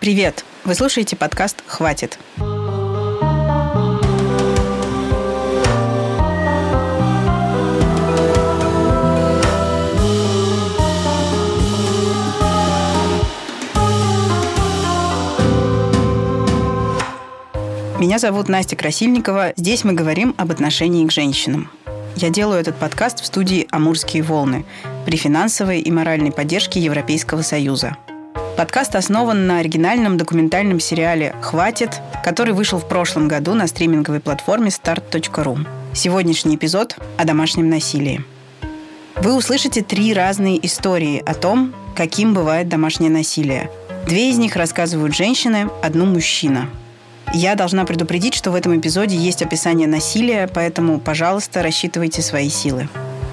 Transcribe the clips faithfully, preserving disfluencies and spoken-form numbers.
Привет! Вы слушаете подкаст «Хватит». Меня зовут Настя Красильникова. Здесь мы говорим об отношении к женщинам. Я делаю этот подкаст в студии «Амурские волны» при финансовой и моральной поддержке Европейского Союза. Подкаст основан на оригинальном документальном сериале «Хватит», который вышел в прошлом году на стриминговой платформе старт точка ру. Сегодняшний эпизод о домашнем насилии. Вы услышите три разные истории о том, каким бывает домашнее насилие. Две из них рассказывают женщины, одну – мужчина. Я должна предупредить, что в этом эпизоде есть описание насилия, поэтому, пожалуйста, рассчитывайте свои силы.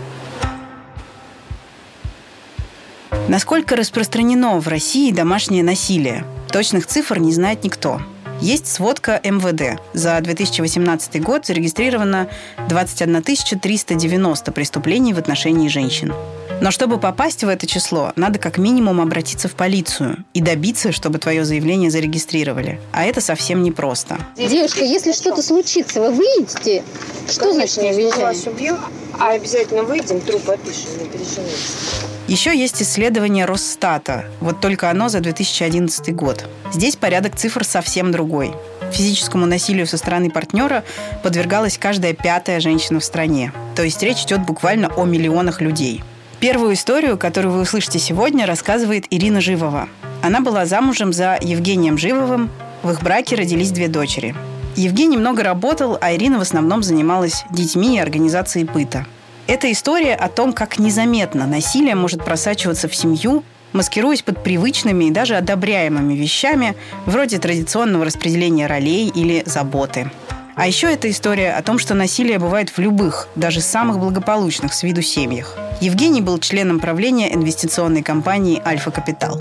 Насколько распространено в России домашнее насилие? Точных цифр не знает никто. Есть сводка эм вэ дэ. За две тысячи восемнадцатый год зарегистрировано двадцать одна тысяча триста девяносто преступлений в отношении женщин. Но чтобы попасть в это число, надо как минимум обратиться в полицию и добиться, чтобы твое заявление зарегистрировали. А это совсем непросто. Девушка, если что-то случится, вы выйдете? Что значит не выезжаем? Вас убьют, а обязательно выйдем, труп опишем, не переживайте. Еще есть исследование Росстата, вот только оно за две тысячи одиннадцатый год. Здесь порядок цифр совсем другой. Физическому насилию со стороны партнера подвергалась каждая пятая женщина в стране. То есть речь идет буквально о миллионах людей. Первую историю, которую вы услышите сегодня, рассказывает Ирина Живова. Она была замужем за Евгением Живовым. В их браке родились две дочери. Евгений много работал, а Ирина в основном занималась детьми и организацией быта. Это история о том, как незаметно насилие может просачиваться в семью, маскируясь под привычными и даже одобряемыми вещами, вроде традиционного распределения ролей или заботы. А еще это история о том, что насилие бывает в любых, даже самых благополучных с виду семьях. Евгений был членом правления инвестиционной компании «Альфа Капитал».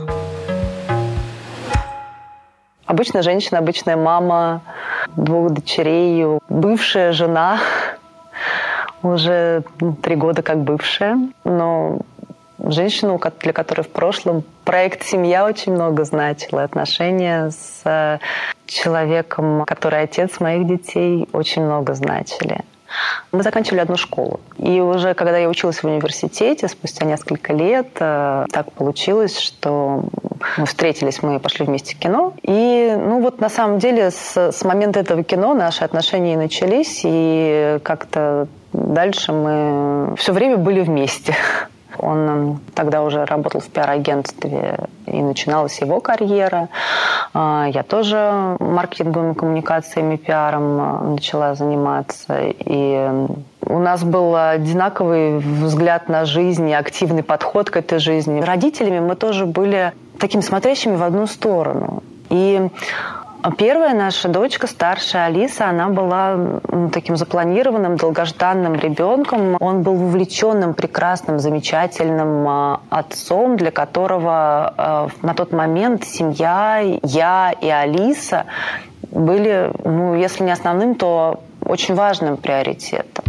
Обычная женщина, обычная мама, двух дочерей, бывшая жена, уже три года как бывшая, но женщина, для которой в прошлом проект «Семья» очень много значил. Отношения с человеком, который отец моих детей, очень много значили. Мы заканчивали одну школу. И уже когда я училась в университете, спустя несколько лет, так получилось, что мы встретились, мы пошли вместе в кино. И ну вот на самом деле с, с момента этого кино наши отношения начались, и как-то дальше мы все время были вместе. Он тогда уже работал в пиар-агентстве, и начиналась его карьера. Я тоже маркетинговыми коммуникациями, пиаром начала заниматься. И у нас был одинаковый взгляд на жизнь и активный подход к этой жизни. Родителями мы тоже были такими смотрящими в одну сторону. И первая наша дочка, старшая Алиса, она была таким запланированным, долгожданным ребенком. Он был вовлеченным, прекрасным, замечательным отцом, для которого на тот момент семья, я и Алиса были, ну, если не основным, то очень важным приоритетом.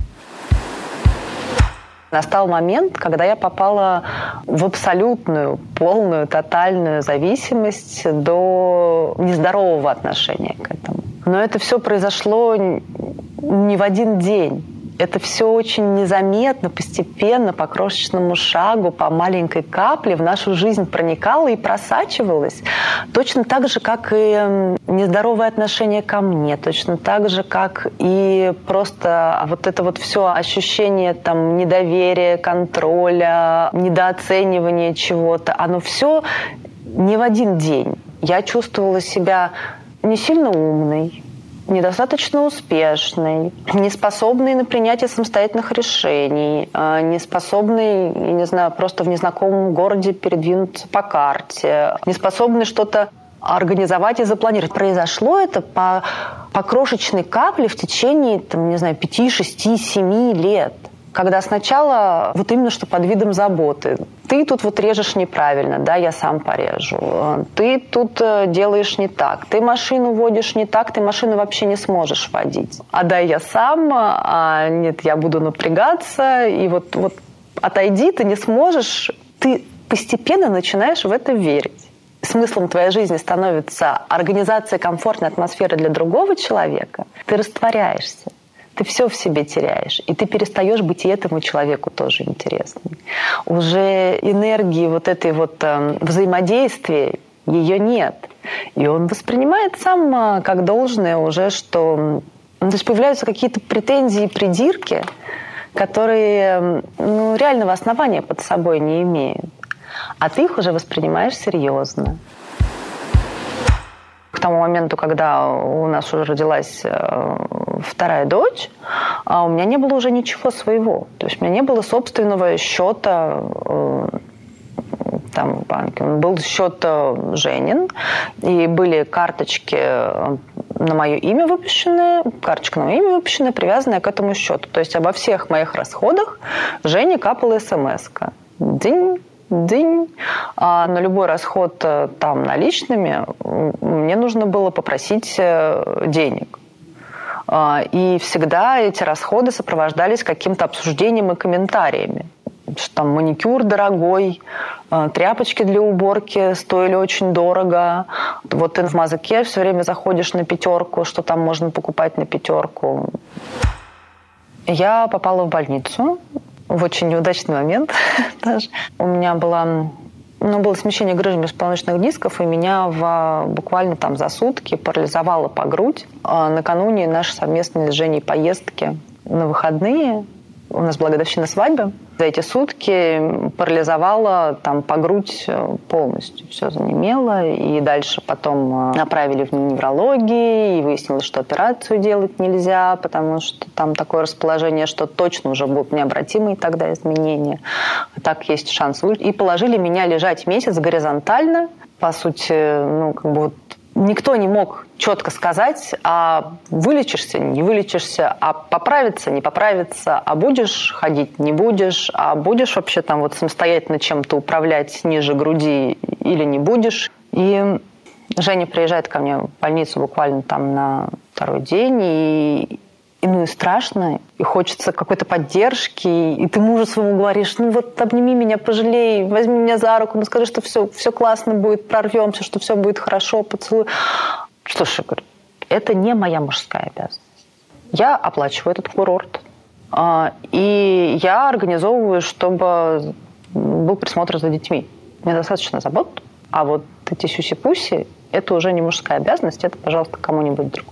Настал момент, когда я попала в абсолютную, полную, тотальную зависимость до нездорового отношения к этому. Но это все произошло не в один день. Это все очень незаметно, постепенно, по крошечному шагу, по маленькой капле в нашу жизнь проникало и просачивалось. Точно так же, как и нездоровое отношение ко мне, точно так же, как и просто вот это вот все ощущение там, недоверия, контроля, недооценивания чего-то, оно все не в один день. Я чувствовала себя не сильно умной, недостаточно успешной, неспособной на принятие самостоятельных решений, неспособной, я не знаю, просто в незнакомом городе передвинуться по карте, неспособной что-то организовать и запланировать. Произошло это по, по крошечной капле в течение, там, не знаю, пяти, шести, семи лет. Когда сначала вот именно что под видом заботы. Ты тут вот режешь неправильно, да, я сам порежу. Ты тут делаешь не так. Ты машину водишь не так, ты машину вообще не сможешь водить. А да, я сам, а нет, я буду напрягаться. И вот, вот отойди, ты не сможешь. Ты постепенно начинаешь в это верить. смыслом твоей жизни становится организация комфортной атмосферы для другого человека, ты растворяешься. Ты все в себе теряешь, и ты перестаешь быть и этому человеку тоже интересным. Уже энергии вот этой вот э, взаимодействия, ее нет. И он воспринимает сам как должное уже, что... Ну, то есть появляются какие-то претензии, придирки, которые ну, реального основания под собой не имеют. А ты их уже воспринимаешь серьезно. К тому моменту, когда у нас уже родилась вторая дочь, у меня не было уже ничего своего. То есть у меня не было собственного счета там, в банке. Был счет Женин, и были карточки на мое имя выпущенные, карточка на мое имя выпущенная, привязанная к этому счету. То есть обо всех моих расходах Жене капала смс-ка. День, день. А на любой расход там наличными мне нужно было попросить денег. И всегда эти расходы сопровождались каким-то обсуждением и комментариями. Что там маникюр дорогой, тряпочки для уборки стоили очень дорого. Вот ты в Мазаке все время заходишь на пятерку, что там можно покупать на пятерку. Я попала в больницу в очень неудачный момент даже. У меня была, ну, было смещение грыжи межполночных дисков, и меня в, буквально там за сутки парализовало по грудь. Накануне нашей совместной с Женей поездки на выходные, у нас была годовщина свадьбы, за эти сутки парализовала там по грудь полностью. Все занемело. И дальше потом направили в неврологию, и выяснилось, что операцию делать нельзя, потому что там такое расположение, что точно уже будут необратимые тогда изменения. Так есть шанс выжить. И положили меня лежать месяц горизонтально. По сути, ну, как бы вот никто не мог четко сказать, а вылечишься, не вылечишься, а поправиться, не поправиться, а будешь ходить, не будешь, а будешь вообще там вот самостоятельно чем-то управлять ниже груди или не будешь. И Женя приезжает ко мне в больницу буквально там на второй день, и, и ну и страшно, и хочется какой-то поддержки, и ты мужу своему говоришь, ну вот обними меня, пожалей, возьми меня за руку, ну скажи, что все, все классно будет, прорвемся, что все будет хорошо, поцелуй. Слушай, я говорю, это не моя мужская обязанность. Я оплачиваю этот курорт, и я организовываю, чтобы был присмотр за детьми. Мне достаточно забот, а вот эти сюси-пуси, это уже не мужская обязанность, это, пожалуйста, кому-нибудь другому.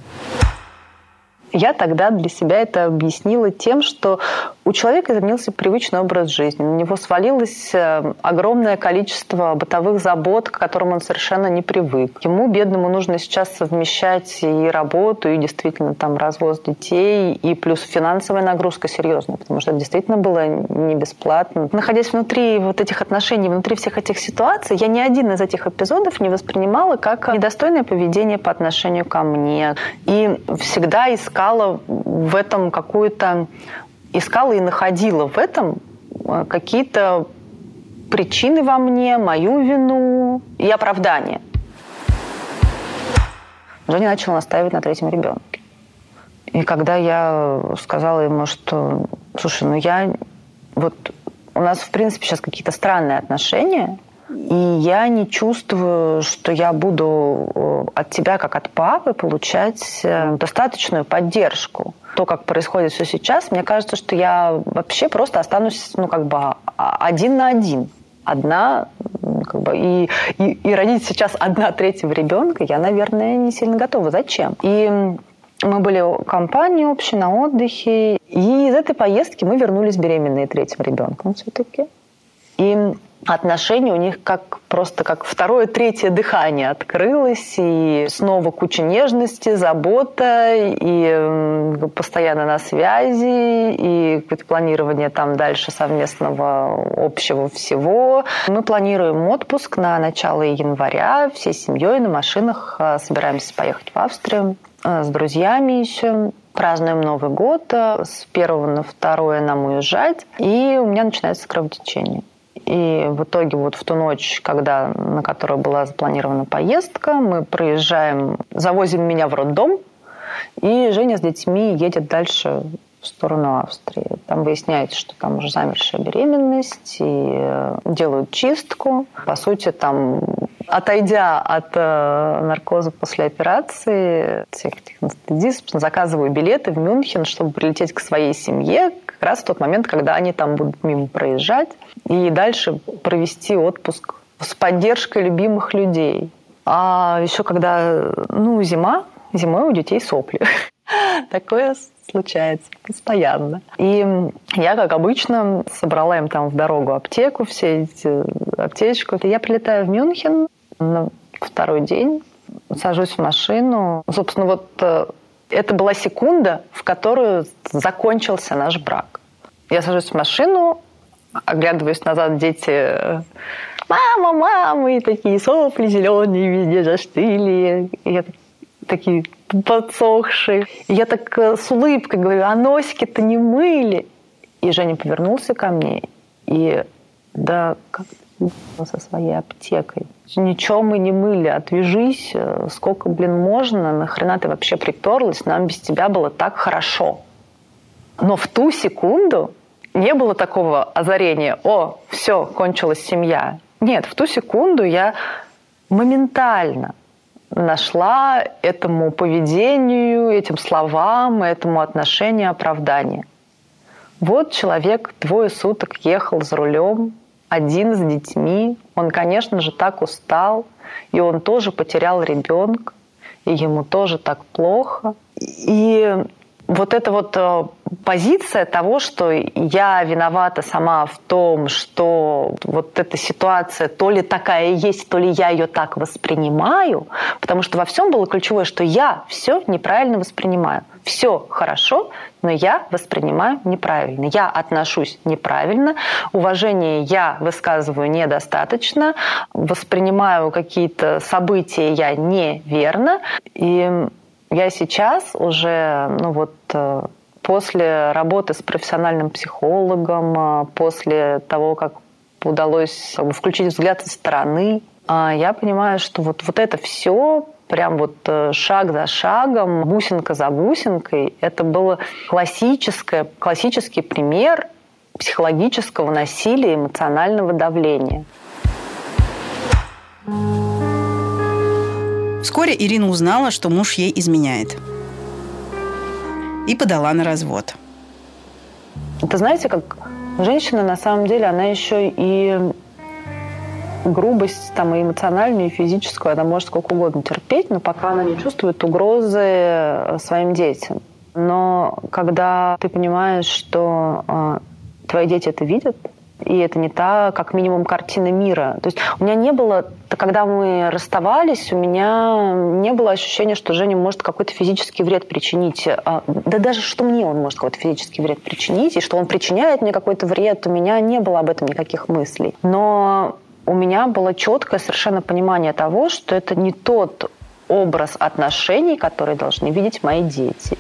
Я тогда для себя это объяснила тем, что у человека изменился привычный образ жизни. На него свалилось огромное количество бытовых забот, к которым он совершенно не привык. Ему, бедному, нужно сейчас совмещать и работу, и действительно там развоз детей, и плюс финансовая нагрузка серьезная, потому что это действительно было не бесплатно. Находясь внутри вот этих отношений, внутри всех этих ситуаций, я ни один из этих эпизодов не воспринимала как недостойное поведение по отношению ко мне. И всегда искала в этом какую-то... Искала и находила в этом какие-то причины во мне, мою вину и оправдание. Женя начал настаивать на третьем ребенке. И когда я сказала ему, что, слушай, ну я... Вот у нас, в принципе, сейчас какие-то странные отношения, и я не чувствую, что я буду от тебя, как от папы, получать достаточную поддержку. То, как происходит все сейчас, мне кажется, что я вообще просто останусь, ну, как бы один на один. Одна, как бы, и, и, и родить сейчас одна третьего ребенка, я, наверное, не сильно готова. Зачем? И мы были в компании общей на отдыхе, и из этой поездки мы вернулись беременные третьим ребенком все-таки. И отношения у них как просто как второе, третье дыхание открылось, и снова куча нежности, забота, и постоянно на связи, и какое-то планирование там дальше совместного общего всего. Мы планируем отпуск на начало января, всей семьей на машинах собираемся поехать в Австрию с друзьями еще. Празднуем Новый год, с первого на второе нам уезжать, и у меня начинается кровотечение. И в итоге вот в ту ночь, когда, на которую была запланирована поездка, мы проезжаем, завозим меня в роддом, и Женя с детьми едет дальше в в сторону Австрии. Там выясняется, что там уже замершая беременность, и делают чистку. По сути, там, отойдя от наркоза после операции, всех этих анестезистов, заказываю билеты в Мюнхен, чтобы прилететь к своей семье как раз в тот момент, когда они там будут мимо проезжать, и дальше провести отпуск с поддержкой любимых людей. А еще когда, ну, зима, зимой у детей сопли. Такое случается постоянно. И я, как обычно, собрала им там в дорогу аптеку, все эти аптечку. И я прилетаю в Мюнхен на второй день, сажусь в машину. Собственно, вот это была секунда, в которую закончился наш брак. Я сажусь в машину, оглядываюсь назад, дети... «Мама, мама!» И такие сопли зеленые везде застыли. И я такие... подсохшие. И я так с улыбкой говорю: а носики-то не мыли. И Женя повернулся ко мне и: да как ты со своей аптекой? Ничего мы не мыли, отвяжись, сколько, блин, можно, нахрена ты вообще приперлась, нам без тебя было так хорошо. Но в ту секунду не было такого озарения: о, все, кончилась семья. Нет, в ту секунду я моментально нашла этому поведению, этим словам, этому отношению оправдание. Вот человек двое суток ехал за рулем, один с детьми. Он, конечно же, так устал, и он тоже потерял ребенка, и ему тоже так плохо. И вот эта вот позиция того, что я виновата сама в том, что вот эта ситуация то ли такая есть, то ли я ее так воспринимаю, потому что во всем было ключевое, что я все неправильно воспринимаю. Все хорошо, но я воспринимаю неправильно. Я отношусь неправильно, уважение я высказываю недостаточно, воспринимаю какие-то события я неверно. И я сейчас уже, ну вот, после работы с профессиональным психологом, после того, как удалось включить взгляд со стороны, я понимаю, что вот, вот это все прям вот шаг за шагом, бусинка за бусинкой, это был классическое, классический пример психологического насилия, эмоционального давления. Вскоре Ирина узнала, что муж ей изменяет. И подала на развод. Это, знаете, как женщина, на самом деле, она еще и грубость там, и эмоциональную, и физическую, она может сколько угодно терпеть, но пока она не чувствует угрозы своим детям. Но когда ты понимаешь, что э, твои дети это видят, и это не та, как минимум, картина мира. То есть у меня не было, когда мы расставались, у меня не было ощущения, что Женя может какой-то физический вред причинить. Да даже что мне он может какой-то физический вред причинить, и что он причиняет мне какой-то вред, у меня не было об этом никаких мыслей. Но у меня было четкое совершенно понимание того, что это не тот образ отношений, который должны видеть мои дети.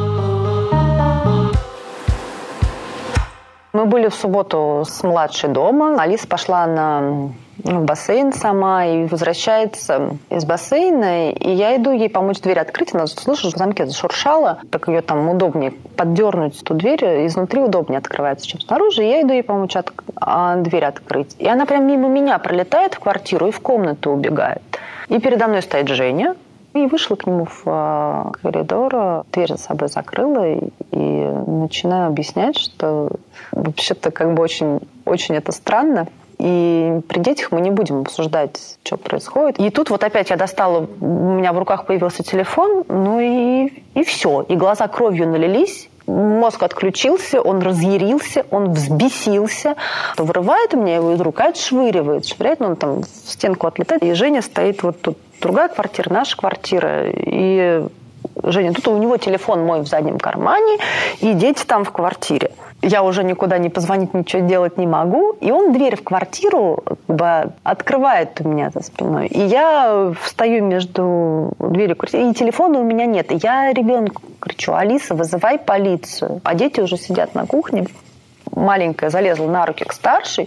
Мы были в субботу с младшей дома. Алиса пошла на в бассейн сама и возвращается из бассейна. И я иду ей помочь дверь открыть. Она, слышишь, в замке зашуршала. Так ее там удобнее поддернуть эту дверь. Изнутри удобнее открывается, чем снаружи. И я иду ей помочь от... а, дверь открыть. И она прям мимо меня пролетает в квартиру и в комнату убегает. И передо мной стоит Женя. И вышла к нему в коридор, дверь за собой закрыла и, и начинаю объяснять, что вообще-то как бы очень, очень это странно. И при детях мы не будем обсуждать, что происходит. И тут вот опять я достала, у меня в руках появился телефон, ну и, и все. И глаза кровью налились, мозг отключился, он разъярился, он взбесился. Вырывает у меня его из рук, а отшвыривает. Швыряет, ну, он там в стенку отлетает. И Женя стоит вот тут. Другая квартира, наша квартира. И Женя, тут у него телефон мой в заднем кармане, и дети там в квартире. Я уже никуда не позвонить, ничего делать не могу. И он дверь в квартиру как бы открывает у меня за спиной. И я встаю между дверью и квартирой, и телефона у меня нет. И я ребенку кричу: Алиса, вызывай полицию. А дети уже сидят на кухне. Маленькая залезла на руки к старшей.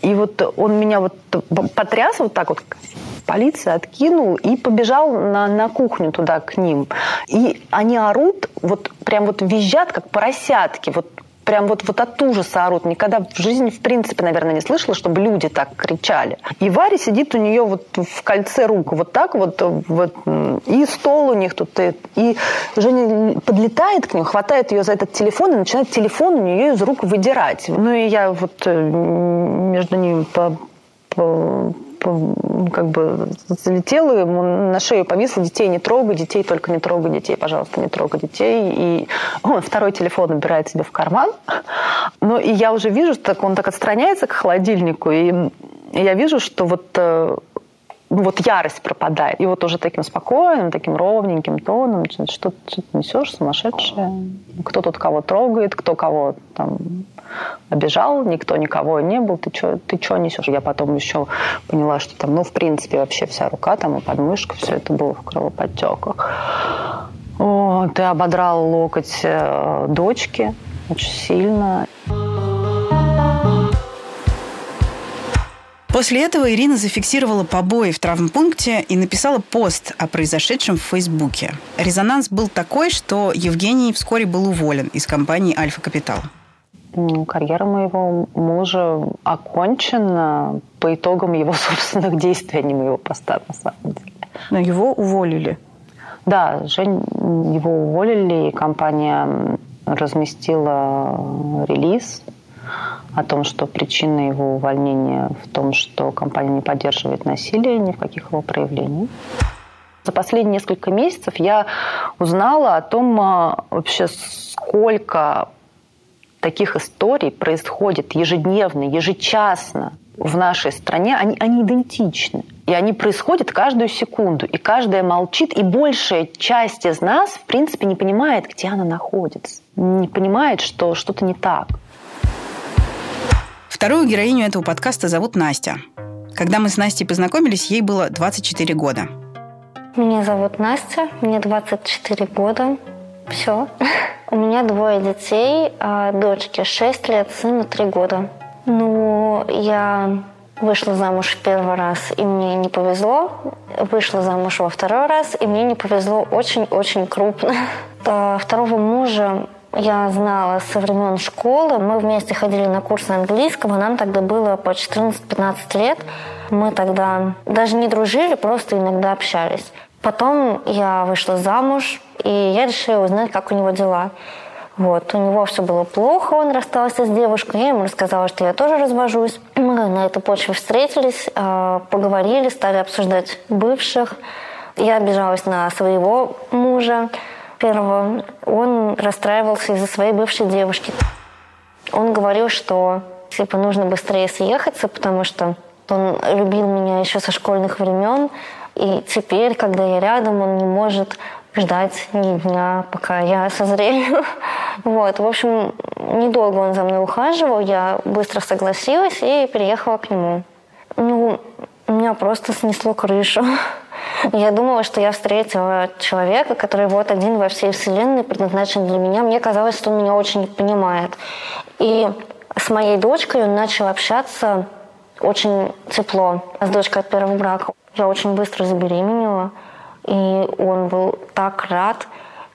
И вот он меня вот потряс вот так вот, полиция, откинул и побежал на, на кухню туда к ним. И они орут, вот прям вот визжат, как поросятки, вот прям вот, вот от ужаса орут. Никогда в жизни, в принципе, наверное, не слышала, чтобы люди так кричали. И Варя сидит у нее вот в кольце рук, вот так вот, вот и стол у них тут. И, и Женя подлетает к нему, хватает ее за этот телефон и начинает телефон у нее из рук выдирать. Ну и я вот между ними по, по, по, как бы залетела, ему на шею повисла: детей не трогай, детей только не трогай, детей, пожалуйста, не трогай детей. И он второй телефон убирает себе в карман. Ну и я уже вижу, что он так отстраняется к холодильнику, и я вижу, что вот, вот ярость пропадает. И вот уже таким спокойным, таким ровненьким тоном начинает: что, что ты несешь, сумасшедшая? Кто тут кого трогает, кто кого там обижал, никто никого не был, ты что ты чё несешь? Я потом еще поняла, что там, ну, в принципе, вообще вся рука там и подмышка, все это было в кровоподтеках. О, ты ободрал локоть э, дочки очень сильно. После этого Ирина зафиксировала побои в травмпункте и написала пост о произошедшем в Фейсбуке. Резонанс был такой, что Евгений вскоре был уволен из компании «Альфа Капитал». Ну, карьера моего мужа окончена по итогам его собственных действий, а не моего поста, на самом деле. Но его уволили. Да, Жень, его уволили, и компания разместила релиз о том, что причина его увольнения в том, что компания не поддерживает насилие ни в каких его проявлениях. За последние несколько месяцев я узнала о том вообще, сколько таких историй происходит ежедневно, ежечасно в нашей стране. Они, они идентичны. И они происходят каждую секунду. И каждая молчит. И большая часть из нас, в принципе, не понимает, где она находится. Не понимает, что что-то не так. Вторую героиню этого подкаста зовут Настя. Когда мы с Настей познакомились, ей было двадцать четыре года. Меня зовут Настя, мне двадцать четыре года. Все. У меня двое детей, дочке шесть лет, сыну три года. Ну, я вышла замуж в первый раз, и мне не повезло. Вышла замуж во второй раз, и мне не повезло очень-очень крупно. Второго мужа я знала со времен школы. Мы вместе ходили на курсы английского. Нам тогда было по четырнадцать-пятнадцать лет. Мы тогда даже не дружили, просто иногда общались. Потом я вышла замуж, и я решила узнать, как у него дела. Вот. У него все было плохо, он расстался с девушкой. Я ему рассказала, что я тоже развожусь. Мы на этой почве встретились, поговорили, стали обсуждать бывших. Я обижалась на своего мужа первого. Он расстраивался из-за своей бывшей девушки. Он говорил, что типа, нужно быстрее съехаться, потому что он любил меня еще со школьных времен. И теперь, когда я рядом, он не может ждать ни дня, пока я созрею. Вот. В общем, недолго он за мной ухаживал, я быстро согласилась и переехала к нему. Ну, меня просто снесло крышу. Я думала, что я встретила человека, который вот один во всей вселенной предназначен для меня. Мне казалось, что он меня очень понимает. И с моей дочкой он начал общаться очень тепло. С дочкой от первого брака. Я очень быстро забеременела, и он был так рад.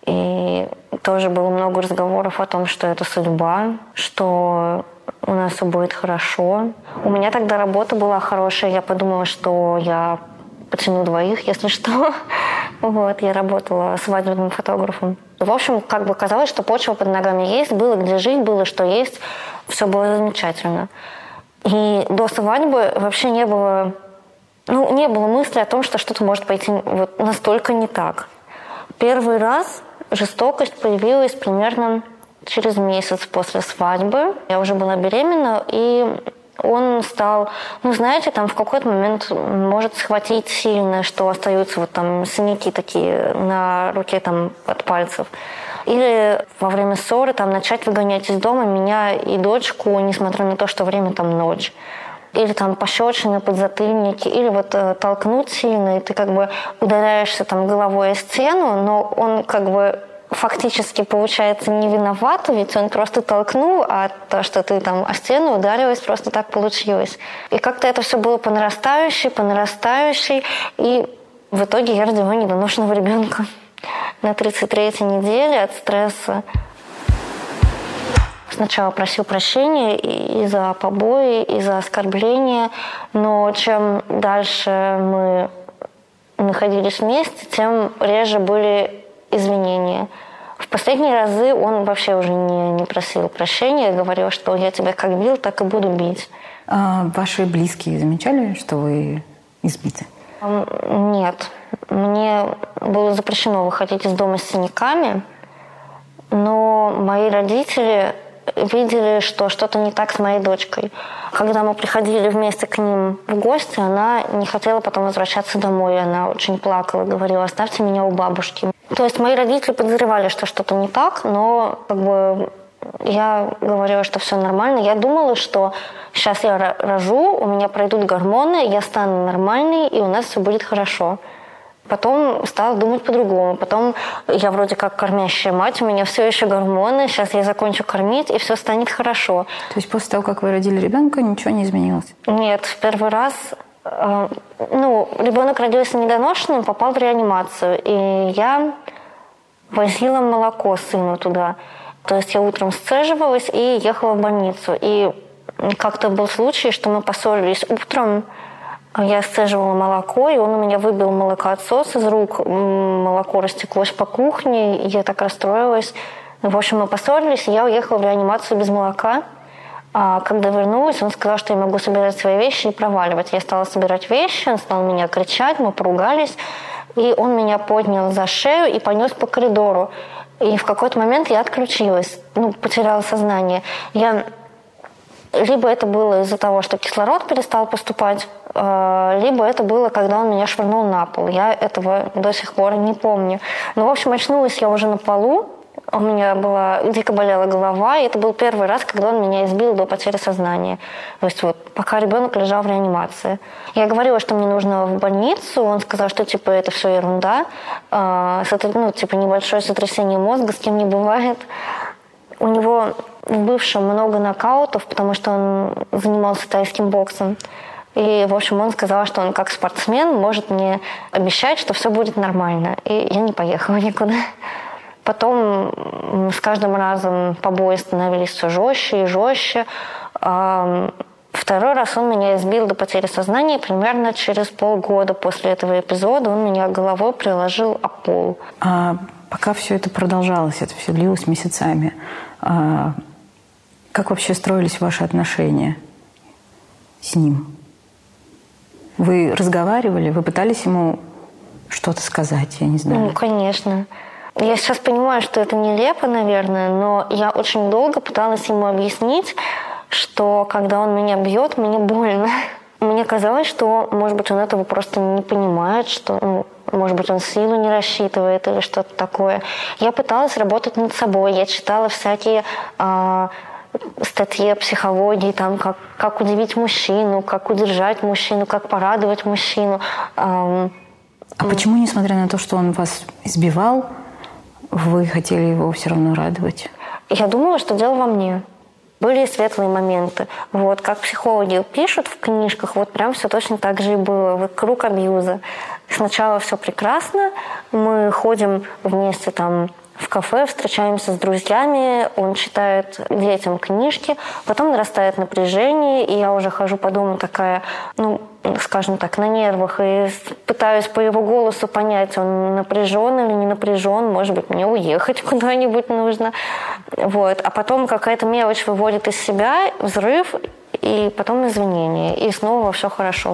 И тоже было много разговоров о том, что это судьба, что у нас все будет хорошо. У меня тогда работа была хорошая. Я подумала, что я потяну двоих, если что. Вот, я работала свадебным фотографом. В общем, как бы казалось, что почва под ногами есть, было где жить, было что есть. Все было замечательно. И до свадьбы вообще не было... Ну, не было мысли о том, что что-то может пойти вот настолько не так. Первый раз жестокость появилась примерно через месяц после свадьбы. Я уже была беременна, и он стал, ну, знаете, там в какой-то момент может схватить сильно, что остаются вот там синяки такие на руке там от пальцев. Или во время ссоры там начать выгонять из дома меня и дочку, несмотря на то, что время там ночь. Или там пощечины, подзатыльники, или вот э, толкнуть сильно, и ты как бы ударяешься там головой о стену, но он как бы в фактически, получается, не виноват, ведь он просто толкнул, а то, что ты там о стену ударилась, просто так получилось. И как-то это все было по нарастающей, по нарастающей, и в итоге я родила недоношенного ребенка на тридцать третьей неделе от стресса. Сначала просил прощения и за побои, и за оскорбления, но чем дальше мы находились вместе, тем реже были извинения. В последние разы он вообще уже не, не просил прощения, говорил, что я тебя как бил, так и буду бить. А ваши близкие замечали, что вы избиты? Нет. Мне было запрещено выходить из дома с синяками, но мои родители видели, что что-то не так с моей дочкой. Когда мы приходили вместе к ним в гости, она не хотела потом возвращаться домой. Она очень плакала, говорила: оставьте меня у бабушки. То есть мои родители подозревали, что что-то не так, но как бы я говорила, что все нормально. Я думала, что сейчас я рожу, у меня пройдут гормоны, я стану нормальной, и у нас все будет хорошо. Потом стала думать по-другому. Потом я вроде как кормящая мать, у меня все еще гормоны, сейчас я закончу кормить, и все станет хорошо. То есть после того, как вы родили ребенка, ничего не изменилось? Нет, в первый раз... Э, ну, ребенок родился недоношенным, попал в реанимацию, и я возила молоко сыну туда. То есть я утром сцеживалась и ехала в больницу. И как-то был случай, что мы поссорились утром. Я сцеживала молоко, и он у меня выбил молокоотсос из рук. Молоко растеклось по кухне, и я так расстроилась. В общем, мы поссорились, и я уехала в реанимацию без молока. А когда вернулась, он сказал, что я могу собирать свои вещи и проваливать. Я стала собирать вещи, он стал меня кричать, мы поругались. И он меня поднял за шею и понес по коридору. И в какой-то момент я отключилась, ну, потеряла сознание. Я... Либо это было из-за того, что кислород перестал поступать, либо это было, когда он меня швырнул на пол. Я этого до сих пор не помню. Но, в общем, очнулась я уже на полу. У меня была дико болела голова, и это был первый раз, когда он меня избил до потери сознания. То есть вот пока ребенок лежал в реанимации. Я говорила, что мне нужно в больницу. Он сказал, что типа это все ерунда. Ну, типа небольшое сотрясение мозга, с кем не бывает. У него в бывшем много нокаутов, потому что он занимался тайским боксом. И, в общем, он сказал, что он как спортсмен может мне обещать, что все будет нормально. И я не поехала никуда. Потом с каждым разом побои становились все жестче и жестче. Второй раз он меня избил до потери сознания. Примерно через полгода после этого эпизода он меня головой приложил о пол. А пока все это продолжалось, это все длилось месяцами, а как вообще строились ваши отношения с ним? Вы разговаривали? Вы пытались ему что-то сказать? Я не знаю. Ну, конечно. Я сейчас понимаю, что это нелепо, наверное, но я очень долго пыталась ему объяснить, что когда он меня бьет, мне больно. Мне казалось, что, может быть, он этого просто не понимает, что, ну, может быть, он силу не рассчитывает или что-то такое. Я пыталась работать над собой. Я читала всякие э, статьи о психологии, там, как, как удивить мужчину, как удержать мужчину, как порадовать мужчину. Эм, а почему, несмотря на то, что он вас избивал, вы хотели его все равно радовать? Я думала, что дело во мне. Были светлые моменты. Вот, как психологи пишут в книжках, вот прям все точно так же и было. Вот круг абьюза. Сначала все прекрасно, мы ходим вместе там в кафе, встречаемся с друзьями, он читает детям книжки, потом нарастает напряжение, и я уже хожу по дому такая, ну, скажем так, на нервах, и пытаюсь по его голосу понять, он напряжен или не напряжен, может быть, мне уехать куда-нибудь нужно. Вот. А потом какая-то мелочь выводит из себя, взрыв, и потом извинения, и снова все хорошо.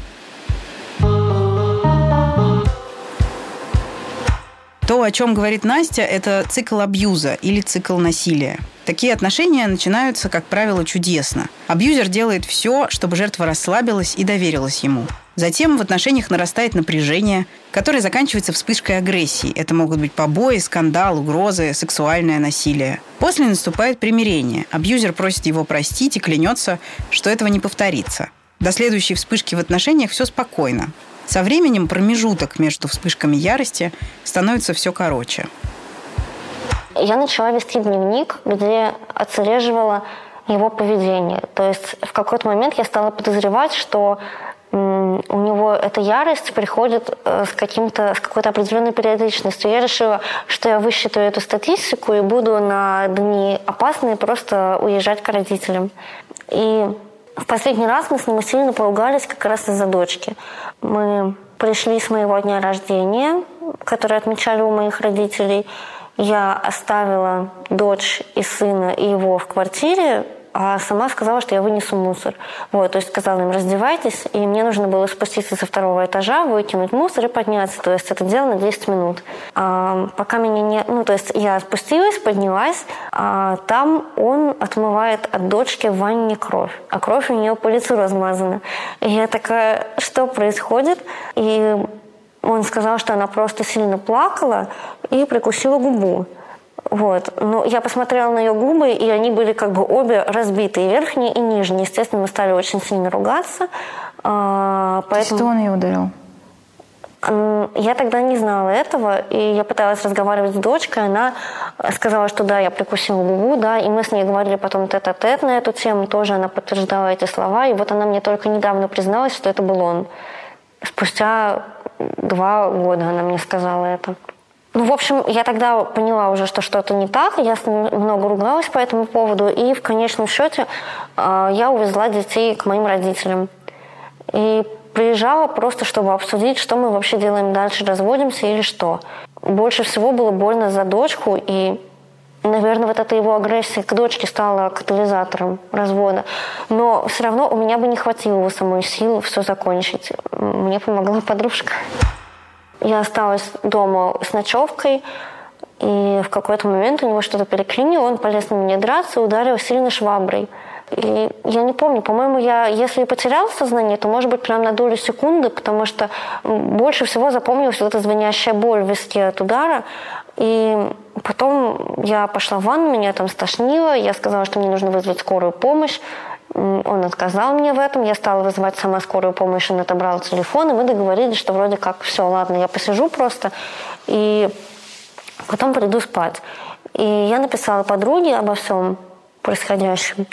То, о чем говорит Настя, это цикл абьюза или цикл насилия. Такие отношения начинаются, как правило, чудесно. Абьюзер делает все, чтобы жертва расслабилась и доверилась ему. Затем в отношениях нарастает напряжение, которое заканчивается вспышкой агрессии. Это могут быть побои, скандал, угрозы, сексуальное насилие. После наступает примирение. Абьюзер просит его простить и клянется, что этого не повторится. До следующей вспышки в отношениях все спокойно. Со временем промежуток между вспышками ярости становится все короче. Я начала вести дневник, где отслеживала его поведение. То есть в какой-то момент я стала подозревать, что м, у него эта ярость приходит э, с, каким-то, с какой-то определенной периодичностью. Я решила, что я высчитаю эту статистику и буду на дни опасные просто уезжать к родителям. И в последний раз мы с ним сильно поругались как раз из-за дочки. Мы пришли с моего дня рождения, который отмечали у моих родителей. Я оставила дочь и сына и его в квартире, а сама сказала, что я вынесу мусор. Вот, то есть сказала им: раздевайтесь, и мне нужно было спуститься со второго этажа, выкинуть мусор и подняться. То есть это дело на десять минут. А, пока меня не... Ну, то есть я спустилась, поднялась, а там он отмывает от дочки в ванне кровь. А кровь у нее по лицу размазана. И я такая: что происходит? И он сказал, что она просто сильно плакала и прикусила губу. Вот. Но я посмотрела на ее губы, и они были как бы обе разбиты, и верхние, и нижние. Естественно, мы стали очень сильно ругаться. Поэтому... Что он ее ударил? Я тогда не знала этого, и я пыталась разговаривать с дочкой. Она сказала, что да, я прикусила губу, да, и мы с ней говорили потом тет-а-тет на эту тему. Тоже она подтверждала эти слова, и вот она мне только недавно призналась, что это был он. Спустя два года она мне сказала это. Ну, в общем, я тогда поняла уже, что что-то не так. Я с ним много ругалась по этому поводу. И в конечном счете э, я увезла детей к моим родителям. И приезжала просто, чтобы обсудить, что мы вообще делаем дальше, разводимся или что. Больше всего было больно за дочку. И, наверное, вот эта его агрессия к дочке стала катализатором развода. Но все равно у меня бы не хватило у самой сил все закончить. Мне помогла подружка. Я осталась дома с ночевкой, и в какой-то момент у него что-то переклинило, он полез на меня драться, ударил сильно шваброй. И я не помню, по-моему, я, если и потеряла сознание, то, может быть, прям на долю секунды, потому что больше всего запомнилась вот эта звенящая боль в виске от удара. И потом я пошла в ванну, меня там стошнило, я сказала, что мне нужно вызвать скорую помощь. Он отказал мне в этом, я стала вызывать сама скорую помощь, он отобрал телефон, и мы договорились, что вроде как все, ладно, я посижу просто, и потом приду спать. И я написала подруге обо всем происходящем,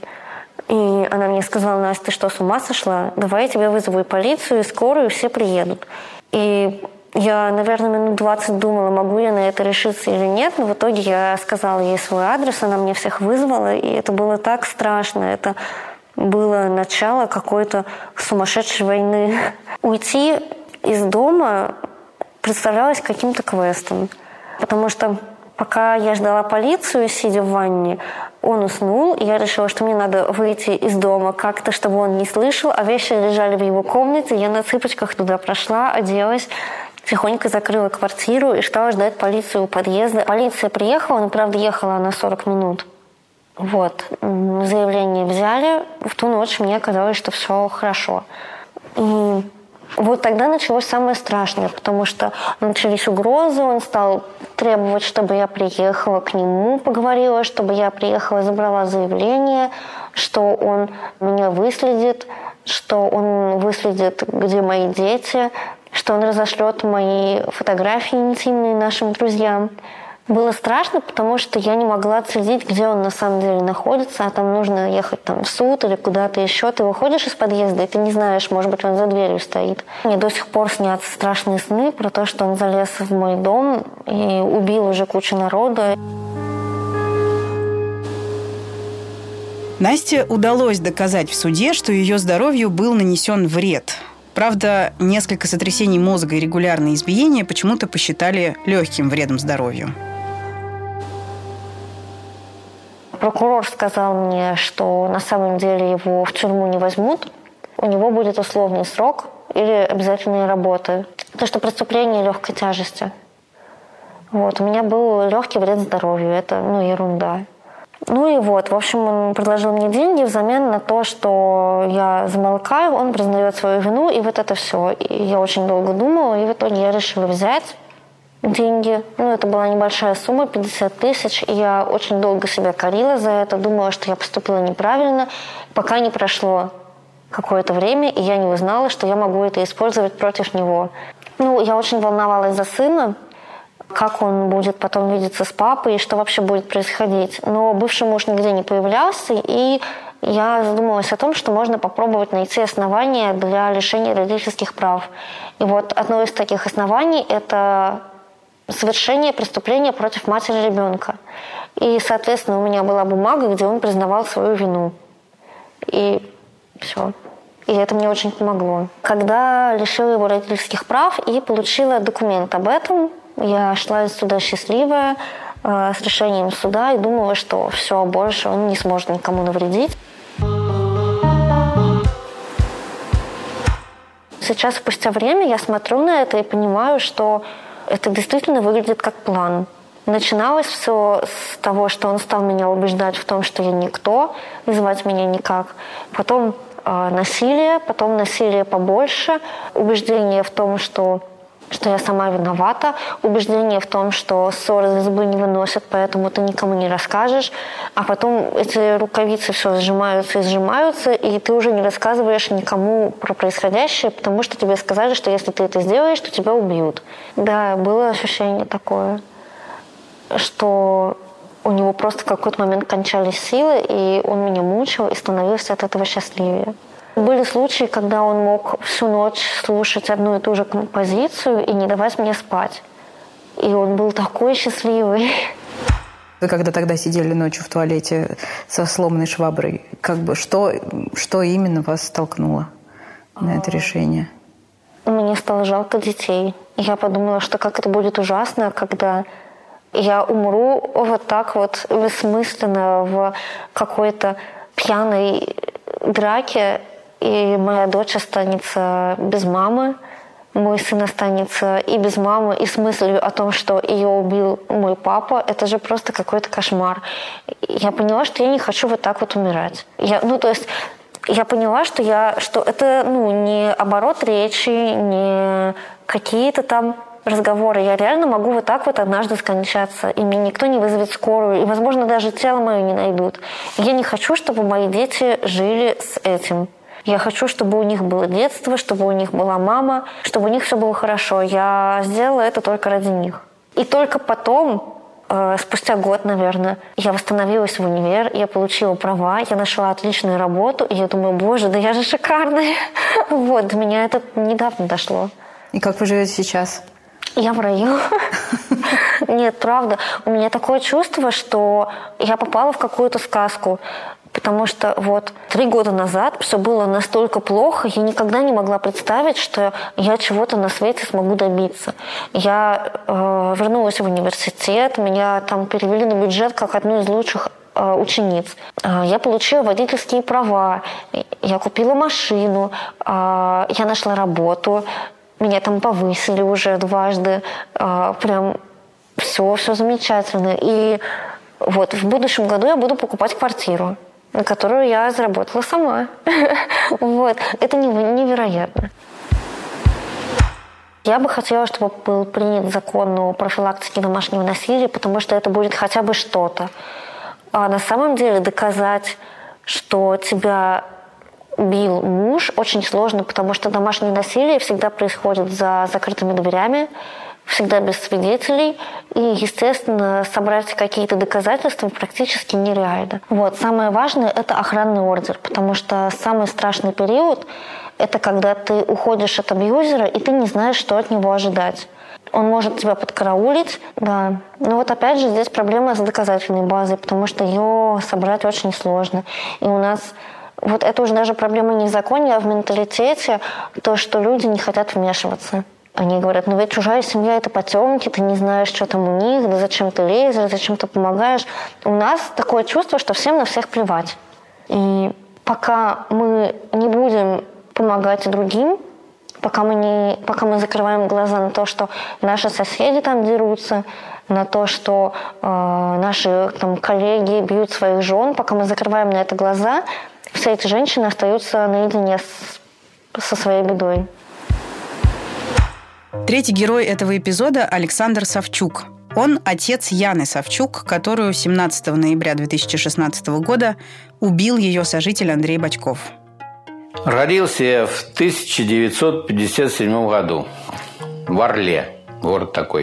и она мне сказала: Настя, ты что, с ума сошла? Давай я тебе вызову и полицию, и скорую, и все приедут. И я, наверное, минут двадцать думала, могу я на это решиться или нет, но в итоге я сказала ей свой адрес, она мне всех вызвала, и это было так страшно, это... было начало какой-то сумасшедшей войны. Уйти из дома представлялось каким-то квестом. Потому что пока я ждала полицию, сидя в ванне, он уснул, и я решила, что мне надо выйти из дома как-то, чтобы он не слышал, а вещи лежали в его комнате. Я на цыпочках туда прошла, оделась, тихонько закрыла квартиру и стала ждать полицию у подъезда. Полиция приехала, но, правда, ехала на сорок минут. Вот, заявление взяли. В ту ночь мне казалось, что все хорошо. И вот тогда началось самое страшное, потому что начались угрозы, он стал требовать, чтобы я приехала к нему, поговорила, чтобы я приехала, забрала заявление, что он меня выследит, что он выследит, где мои дети, что он разошлет мои фотографии интимные нашим друзьям. Было страшно, потому что я не могла отследить, где он на самом деле находится, а там нужно ехать там, в суд или куда-то еще. Ты выходишь из подъезда, и ты не знаешь, может быть, он за дверью стоит. Мне до сих пор снятся страшные сны про то, что он залез в мой дом и убил уже кучу народа. Насте удалось доказать в суде, что ее здоровью был нанесен вред. Правда, несколько сотрясений мозга и регулярные избиения почему-то посчитали легким вредом здоровью. Прокурор сказал мне, что на самом деле его в тюрьму не возьмут. У него будет условный срок или обязательные работы. То, что преступление легкой тяжести. Вот. У меня был легкий вред здоровью. Это, ну, ерунда. Ну и вот, в общем, он предложил мне деньги взамен на то, что я замолкаю, он признает свою вину, и вот это все. И я очень долго думала, и в итоге я решила взять деньги. Ну, это была небольшая сумма, пятьдесят тысяч, и я очень долго себя корила за это, думала, что я поступила неправильно, пока не прошло какое-то время, и я не узнала, что я могу это использовать против него. Ну, я очень волновалась за сына. как он будет потом видеться с папой и что вообще будет происходить. Но бывший муж нигде не появлялся, и я задумалась о том, что можно попробовать найти основания для лишения родительских прав. И вот одно из таких оснований – это совершение преступления против матери ребенка. И, соответственно, у меня была бумага, где он признавал свою вину. И все. И это мне очень помогло. Когда лишила его родительских прав и получила документ об этом, я шла из суда счастливая, э, с решением суда, и думала, что все, больше он не сможет никому навредить. Сейчас, спустя время, я смотрю на это и понимаю, что это действительно выглядит как план. Начиналось все с того, что он стал меня убеждать в том, что я никто, и звать меня никак. Потом э, насилие, потом насилие побольше, убеждение в том, что, что я сама виновата, убеждение в том, что ссоры из избы не выносят, поэтому ты никому не расскажешь. А потом эти рукавицы все сжимаются и сжимаются, и ты уже не рассказываешь никому про происходящее, потому что тебе сказали, что если ты это сделаешь, то тебя убьют. Да, было ощущение такое, что у него просто в какой-то момент кончались силы, и он меня мучил и становился от этого счастливее. Были случаи, когда он мог всю ночь слушать одну и ту же композицию и не давать мне спать. И он был такой счастливый. Вы когда тогда сидели ночью в туалете со сломанной шваброй, как бы что, что именно вас столкнуло на это решение? Мне стало жалко детей. Я подумала, что как это будет ужасно, когда я умру вот так вот бессмысленно в какой-то пьяной драке, и моя дочь останется без мамы, мой сын останется и без мамы, и с мыслью о том, что ее убил мой папа. Это же просто какой-то кошмар. Я поняла, что я не хочу вот так вот умирать. Я, ну, то есть я поняла, что, я, что это ну, не оборот речи, не какие-то там разговоры. Я реально могу вот так вот однажды скончаться, и мне никто не вызовет скорую, и, возможно, даже тело мое не найдут. Я не хочу, чтобы мои дети жили с этим. Я хочу, чтобы у них было детство, чтобы у них была мама, чтобы у них все было хорошо. Я сделала это только ради них. И только потом, э, спустя год, наверное, я восстановилась в универ, я получила права, я нашла отличную работу, и я думаю, боже, да я же шикарная. Вот, до меня это недавно дошло. И как вы живете сейчас? Я в раю. Нет, правда. У меня такое чувство, что я попала в какую-то сказку. Потому что вот три года назад все было настолько плохо, я никогда не могла представить, что я чего-то на свете смогу добиться. Я э, вернулась в университет, меня там перевели на бюджет как одну из лучших э, учениц. Э, я получила водительские права, я купила машину, э, я нашла работу, меня там повысили уже дважды, э, прям все, все замечательно. И вот в будущем году я буду покупать квартиру, на которую я заработала сама. Вот. Это невероятно. Я бы хотела, чтобы был принят закон о профилактике домашнего насилия, потому что это будет хотя бы что-то. А на самом деле доказать, что тебя бил муж, очень сложно, потому что домашнее насилие всегда происходит за закрытыми дверями, всегда без свидетелей, и, естественно, собрать какие-то доказательства практически нереально. Вот. Самое важное – это охранный ордер, потому что самый страшный период – это когда ты уходишь от абьюзера, и ты не знаешь, что от него ожидать. Он может тебя подкараулить, да. Но вот опять же здесь проблема с доказательной базой, потому что ее собрать очень сложно. И у нас вот это уже даже проблема не в законе, а в менталитете, то, что люди не хотят вмешиваться. Они говорят, ну ведь чужая семья – это потемки, ты не знаешь, что там у них, да зачем ты лезешь, зачем ты помогаешь. У нас такое чувство, что всем на всех плевать. И пока мы не будем помогать другим, пока мы, не, пока мы закрываем глаза на то, что наши соседи там дерутся, на то, что э, наши там, коллеги бьют своих жен, пока мы закрываем на это глаза, все эти женщины остаются наедине с, со своей бедой. Третий герой этого эпизода – Александр Савчук. Он отец Яны Савчук, которую семнадцатого ноября две тысячи шестнадцатого года убил ее сожитель Андрей Бочков. Родился я в тысяча девятьсот пятьдесят седьмом году в Орле, город такой.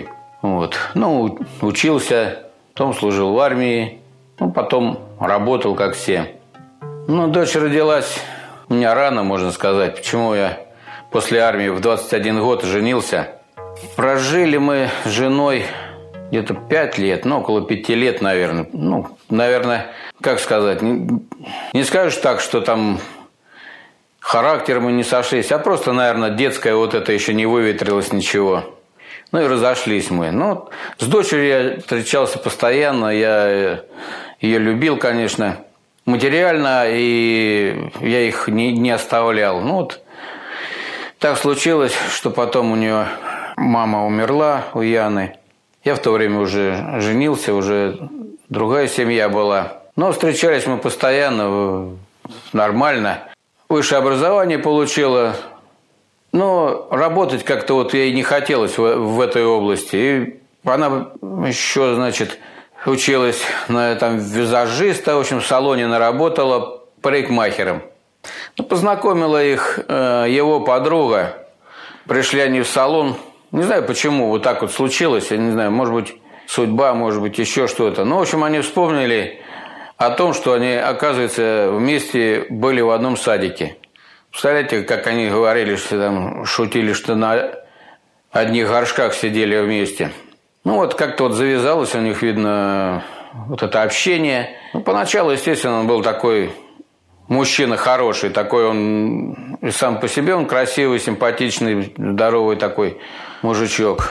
Вот. Ну, учился, потом служил в армии, ну, потом работал, как все. Ну, дочь родилась у меня рано, можно сказать. Почему я после армии в двадцать один год женился. Прожили мы с женой где-то пять лет, ну, около пяти лет, наверное. Ну, наверное, как сказать, не, не скажешь так, что там характер мы не сошлись, а просто, наверное, детское вот это еще не выветрилось ничего. Ну, и разошлись мы. Ну, с дочерью я встречался постоянно, я ее любил, конечно, материально, и я их не, не оставлял. Ну, вот так случилось, что потом у нее мама умерла, у Яны. Я в то время уже женился, уже другая семья была. Но встречались мы постоянно, нормально. Высшее образование получила. Но работать как-то вот ей не хотелось в, в этой области. И она еще, значит, училась на там, визажиста, в общем, в салоне наработала парикмахером. Ну, познакомила их э, его подруга. Пришли они в салон. Не знаю, почему вот так вот случилось. Я не знаю, может быть, судьба, может быть, еще что-то. Ну, в общем, они вспомнили о том, что они, оказывается, вместе были в одном садике. Представляете, как они говорили, что там шутили, что на одних горшках сидели вместе. Ну, вот как-то вот завязалось у них, видно, вот это общение. Ну, поначалу, естественно, он был такой мужчина хороший, такой он и сам по себе, он красивый, симпатичный, здоровый такой мужичок.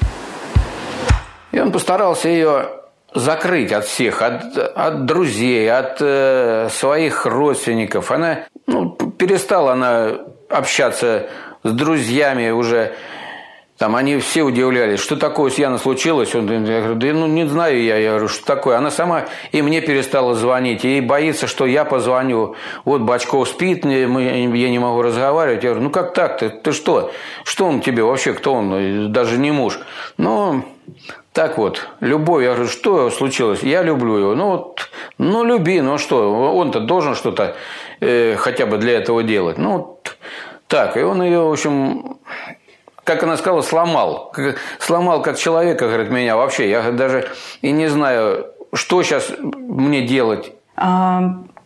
И он постарался ее закрыть от всех, от, от друзей, от э, своих родственников. Она, ну, перестала она общаться с друзьями уже. Там они все удивлялись, что такое с Яной случилось. Он, я говорю, да ну не знаю я, я говорю, что такое. Она сама и мне перестала звонить, и боится, что я позвоню. Вот Бачков спит, я не могу разговаривать. Я говорю, ну как так? Ты, ты что? Что он тебе вообще? Кто он? Даже не муж. Ну, так вот, любовь. Я говорю, что случилось? Я люблю его. Ну, вот, ну люби, ну что? Он-то должен что-то э, хотя бы для этого делать. Ну, так, и он ее, в общем... Как она сказала, сломал. Сломал как человека, говорит, меня вообще. Я даже и не знаю, что сейчас мне делать. А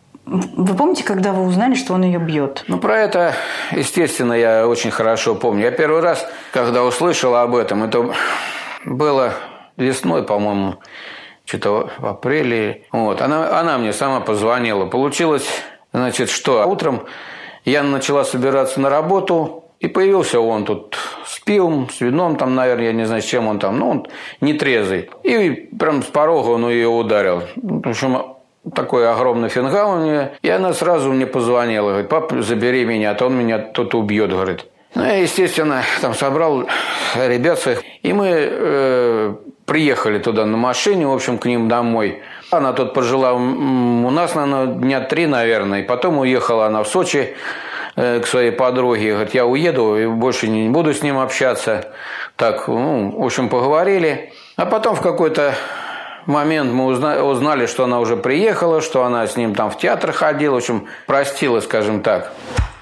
вы помните, когда вы узнали, что он ее бьет? Ну, про это, естественно, я очень хорошо помню. Я первый раз, когда услышал об этом, это было весной, по-моему, что-то в апреле. Вот. Она, она мне сама позвонила. Получилось, значит, что утром я начала собираться на работу. И появился он тут с пивом, с вином там, наверное, я не знаю, с чем он там. Ну, он нетрезвый. И прям с порога он ее ударил. В общем, такой огромный фингал у нее. И она сразу мне позвонила. Говорит, папа, забери меня, а то он меня тут убьет, говорит. Ну, я, естественно, там собрал ребят своих. И мы э, приехали туда на машине, в общем, к ним домой. Она тут прожила у нас, наверное, дня три, наверное. И потом уехала она в Сочи к своей подруге, говорит, я уеду и больше не буду с ним общаться. Так, ну, в общем, поговорили. А потом в какой-то момент мы узнали, что она уже приехала, что она с ним там в театр ходила, в общем, простила, скажем так.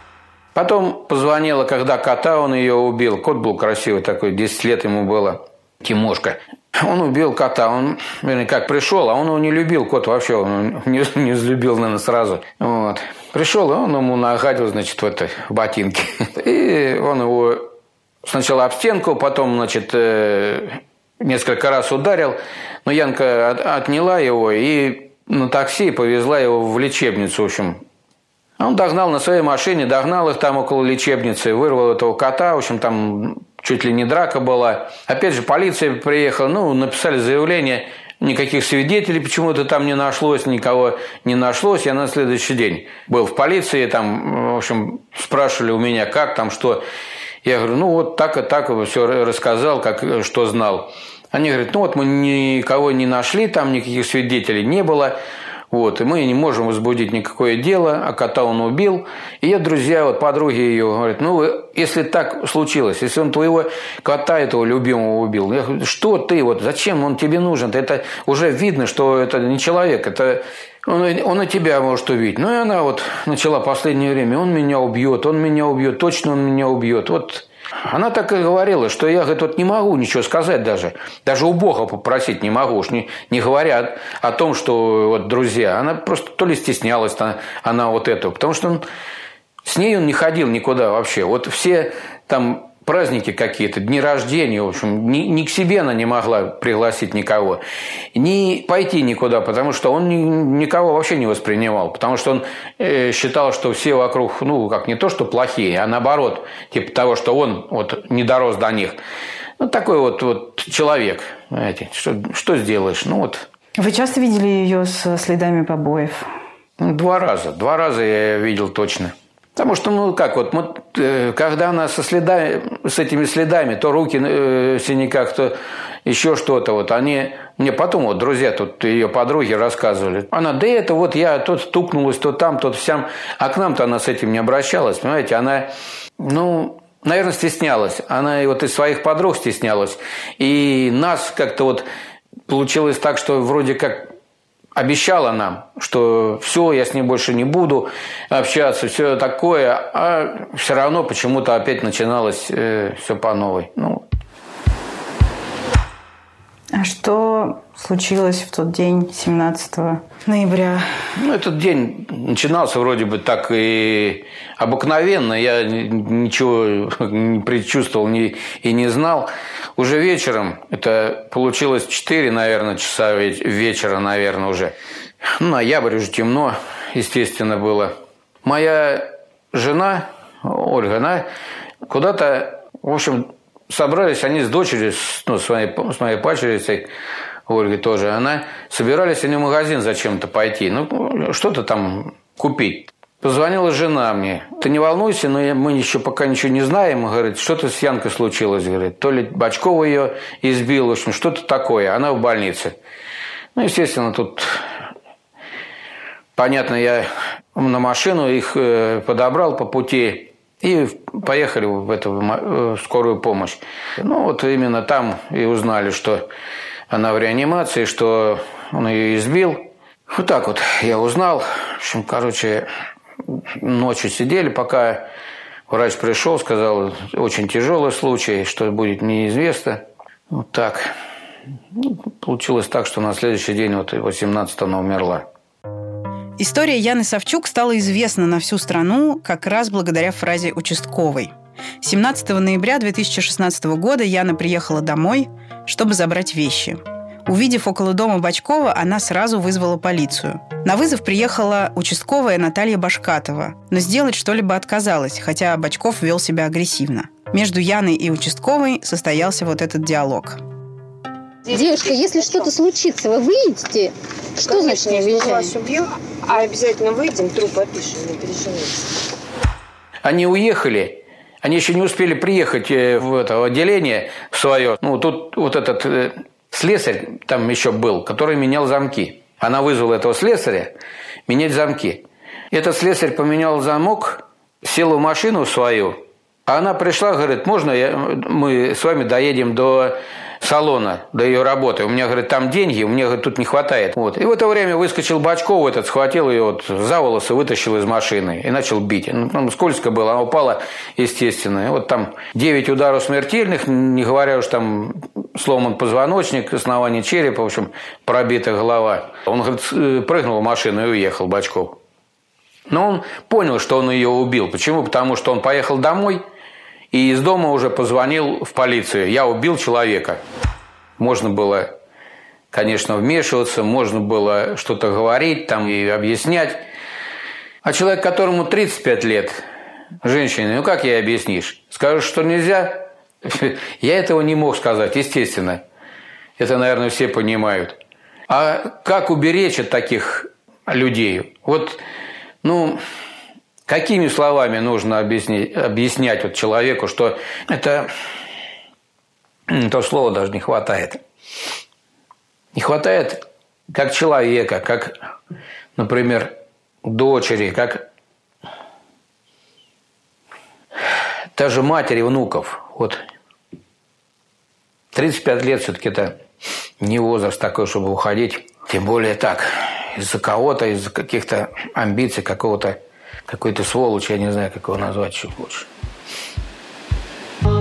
Потом позвонила, когда кота он ее убил. Кот был красивый такой, десять лет ему было. Тимошка. Он убил кота. Он, вернее, как пришел, а он его не любил, кот вообще. Он не, не взлюбил, наверное, сразу. Вот. Пришел, и он ему нагадил, значит, в этой ботинке. И он его сначала об стенку, потом, значит, несколько раз ударил. Но Янка отняла его и на такси повезла его в лечебницу, в общем. Он догнал на своей машине, догнал их там около лечебницы, вырвал этого кота, в общем, там чуть ли не драка была. Опять же, полиция приехала, ну, написали заявление, никаких свидетелей почему-то там не нашлось, никого не нашлось. Я на следующий день был в полиции, там, в общем, спрашивали у меня, как там, что. Я говорю, ну, вот так и так все рассказал, как, что знал. Они говорят, ну, вот мы никого не нашли, там никаких свидетелей не было. Вот, и мы не можем возбудить никакое дело, а кота он убил. И я, друзья, вот подруги ее говорят, ну, если так случилось, если он твоего кота, этого любимого, убил, я говорю, что ты, вот, зачем он тебе нужен? Это уже видно, что это не человек, это он, он и тебя может убить. Ну, и она вот начала в последнее время, он меня убьет, он меня убьет, точно он меня убьет. Вот Она так и говорила, что я, говорит, вот не могу ничего сказать даже. Даже у Бога попросить не могу. Уж не, не говорят о том, что вот друзья. Она просто то ли стеснялась, она, она вот этого. Потому что он, с ней он не ходил никуда вообще. Вот все там праздники какие-то, дни рождения, в общем, ни, ни к себе она не могла пригласить никого. Ни пойти никуда, потому что он ни, никого вообще не воспринимал. Потому что он э, считал, что все вокруг, ну, как не то, что плохие, а наоборот, типа того, что он вот не дорос до них. Ну, такой вот, вот человек, знаете, что, что сделаешь? Ну, вот. Вы часто видели ее с следами побоев? Два раза. Два раза я ее видел точно. Потому что, ну, как вот, вот э, когда она со следами, с этими следами, то руки э, в синяках, то еще что-то, вот они, мне потом вот друзья тут, ее подруги рассказывали. Она, да это вот я тут стукнулась, то там, то всем, а к нам-то она с этим не обращалась, понимаете, она, ну, наверное, стеснялась. Она и вот из своих подруг стеснялась. И нас как-то вот получилось так, что вроде как обещала нам, что все, я с ней больше не буду общаться, все такое, а все равно почему-то опять начиналось э, все по новой. Ну. А что случилось в тот день, семнадцатого ноября? Ну, этот день начинался вроде бы так и обыкновенно. Я ничего не предчувствовал и не знал. Уже вечером, это получилось четыре, наверное, часа вечера, наверное, уже. Ноябрь, уже темно, естественно, было. Моя жена, Ольга, она куда-то, в общем, собрались они с дочерью, ну, с моей, с моей пачерицей, Ольгой тоже, она собирались они в магазин зачем-то пойти, ну, что-то там купить. Позвонила жена мне. Ты не волнуйся, но мы еще пока ничего не знаем. Говорит, что-то с Янкой случилось. Говорит, то ли Бочкова ее избил, в общем, что-то такое. Она в больнице. Ну, естественно, тут, понятно, я на машину их подобрал по пути и поехали в эту в скорую помощь. Ну, вот именно там и узнали, что она в реанимации, что он ее избил. Вот так вот я узнал. В общем, короче, ночью сидели, пока врач пришел, сказал, очень тяжелый случай, что будет неизвестно. Вот так. Ну, получилось так, что на следующий день, вот восемнадцатого, она умерла. История Яны Савчук стала известна на всю страну как раз благодаря фразе участковой. семнадцатого ноября две тысячи шестнадцатого года Яна приехала домой, чтобы забрать вещи. Увидев около дома Бочкова, она сразу вызвала полицию. На вызов приехала участковая Наталья Башкатова, но сделать что-либо отказалась, хотя Бочков вел себя агрессивно. Между Яной и участковой состоялся вот этот диалог. Девушка, если что-то случится, вы выйдете? Что Конечно, значит не если выезжаем? вас убьют, а обязательно выйдем, труп опишем, не переживайте. Они уехали, они еще не успели приехать в это отделение свое. Ну, тут вот этот слесарь там еще был, который менял замки. Она вызвала этого слесаря менять замки. Этот слесарь поменял замок, сел в машину свою, а она пришла, говорит, можно я, мы с вами доедем до салона, до ее работы. У меня, говорит, там деньги, у меня, говорит, тут не хватает. Вот. И в это время выскочил Бочков этот, схватил ее вот за волосы, вытащил из машины и начал бить. Ну, там скользко было, она упала, естественно. И вот там девять ударов смертельных, не говоря уж там сломан позвоночник, основание черепа, в общем, пробита голова. Он, говорит, прыгнул в машину и уехал, Бочков. Но он понял, что он ее убил. Почему? Потому что он поехал домой, и из дома уже позвонил в полицию. Я убил человека. Можно было, конечно, вмешиваться, можно было что-то говорить там и объяснять. А человек, которому тридцать пять лет, женщине, ну как ей объяснишь? Скажешь, что нельзя? Я этого не мог сказать, естественно. Это, наверное, все понимают. А как уберечь от таких людей? Вот, ну... Какими словами нужно объяснить, объяснять вот человеку, что это... То слова даже не хватает. Не хватает как человека, как, например, дочери, как даже матери внуков. Вот тридцать пять лет все-таки это не возраст такой, чтобы уходить. Тем более так, из-за кого-то, из-за каких-то амбиций, какого-то какой-то сволочь, я не знаю, как его назвать еще лучше.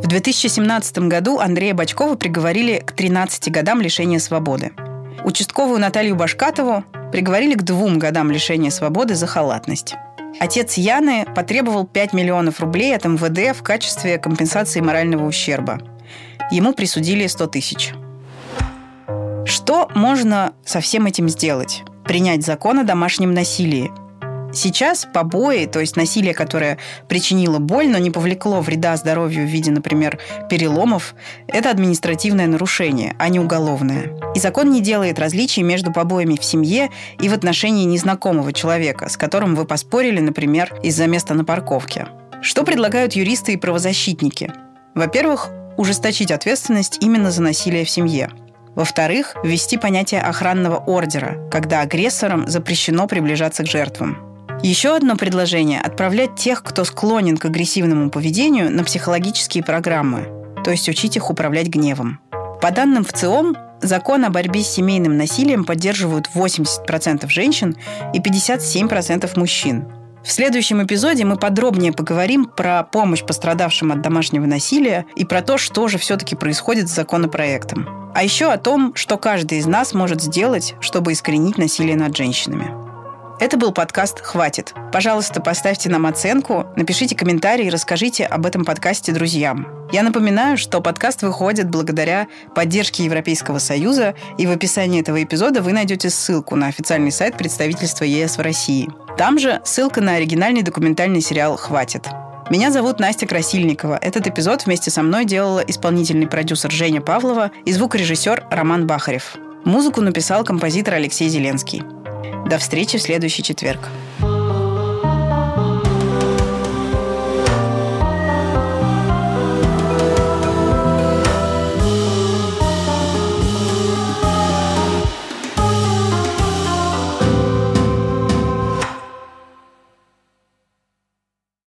две тысячи семнадцатом году Андрея Бочкова приговорили к тринадцати годам лишения свободы. Участковую Наталью Башкатову приговорили к двум годам лишения свободы за халатность. Отец Яны потребовал пять миллионов рублей от эм вэ дэ в качестве компенсации морального ущерба. Ему присудили сто тысяч. Что можно со всем этим сделать? Принять закон о домашнем насилии. Сейчас побои, то есть насилие, которое причинило боль, но не повлекло вреда здоровью в виде, например, переломов, это административное нарушение, а не уголовное. И закон не делает различий между побоями в семье и в отношении незнакомого человека, с которым вы поспорили, например, из-за места на парковке. Что предлагают юристы и правозащитники? Во-первых, ужесточить ответственность именно за насилие в семье. Во-вторых, ввести понятие охранного ордера, когда агрессорам запрещено приближаться к жертвам. Еще одно предложение – отправлять тех, кто склонен к агрессивному поведению, на психологические программы, то есть учить их управлять гневом. По данным ВЦИОМ, закон о борьбе с семейным насилием поддерживают восемьдесят процентов женщин и пятьдесят семь процентов мужчин. В следующем эпизоде мы подробнее поговорим про помощь пострадавшим от домашнего насилия и про то, что же все-таки происходит с законопроектом. А еще о том, что каждый из нас может сделать, чтобы искоренить насилие над женщинами. Это был подкаст «Хватит». Пожалуйста, поставьте нам оценку, напишите комментарий и расскажите об этом подкасте друзьям. Я напоминаю, что подкаст выходит благодаря поддержке Европейского Союза, и в описании этого эпизода вы найдете ссылку на официальный сайт представительства е эс в России. Там же ссылка на оригинальный документальный сериал «Хватит». Меня зовут Настя Красильникова. Этот эпизод вместе со мной делала исполнительный продюсер Женя Павлова и звукорежиссер Роман Бахарев. Музыку написал композитор Алексей Зеленский. До встречи в следующий четверг.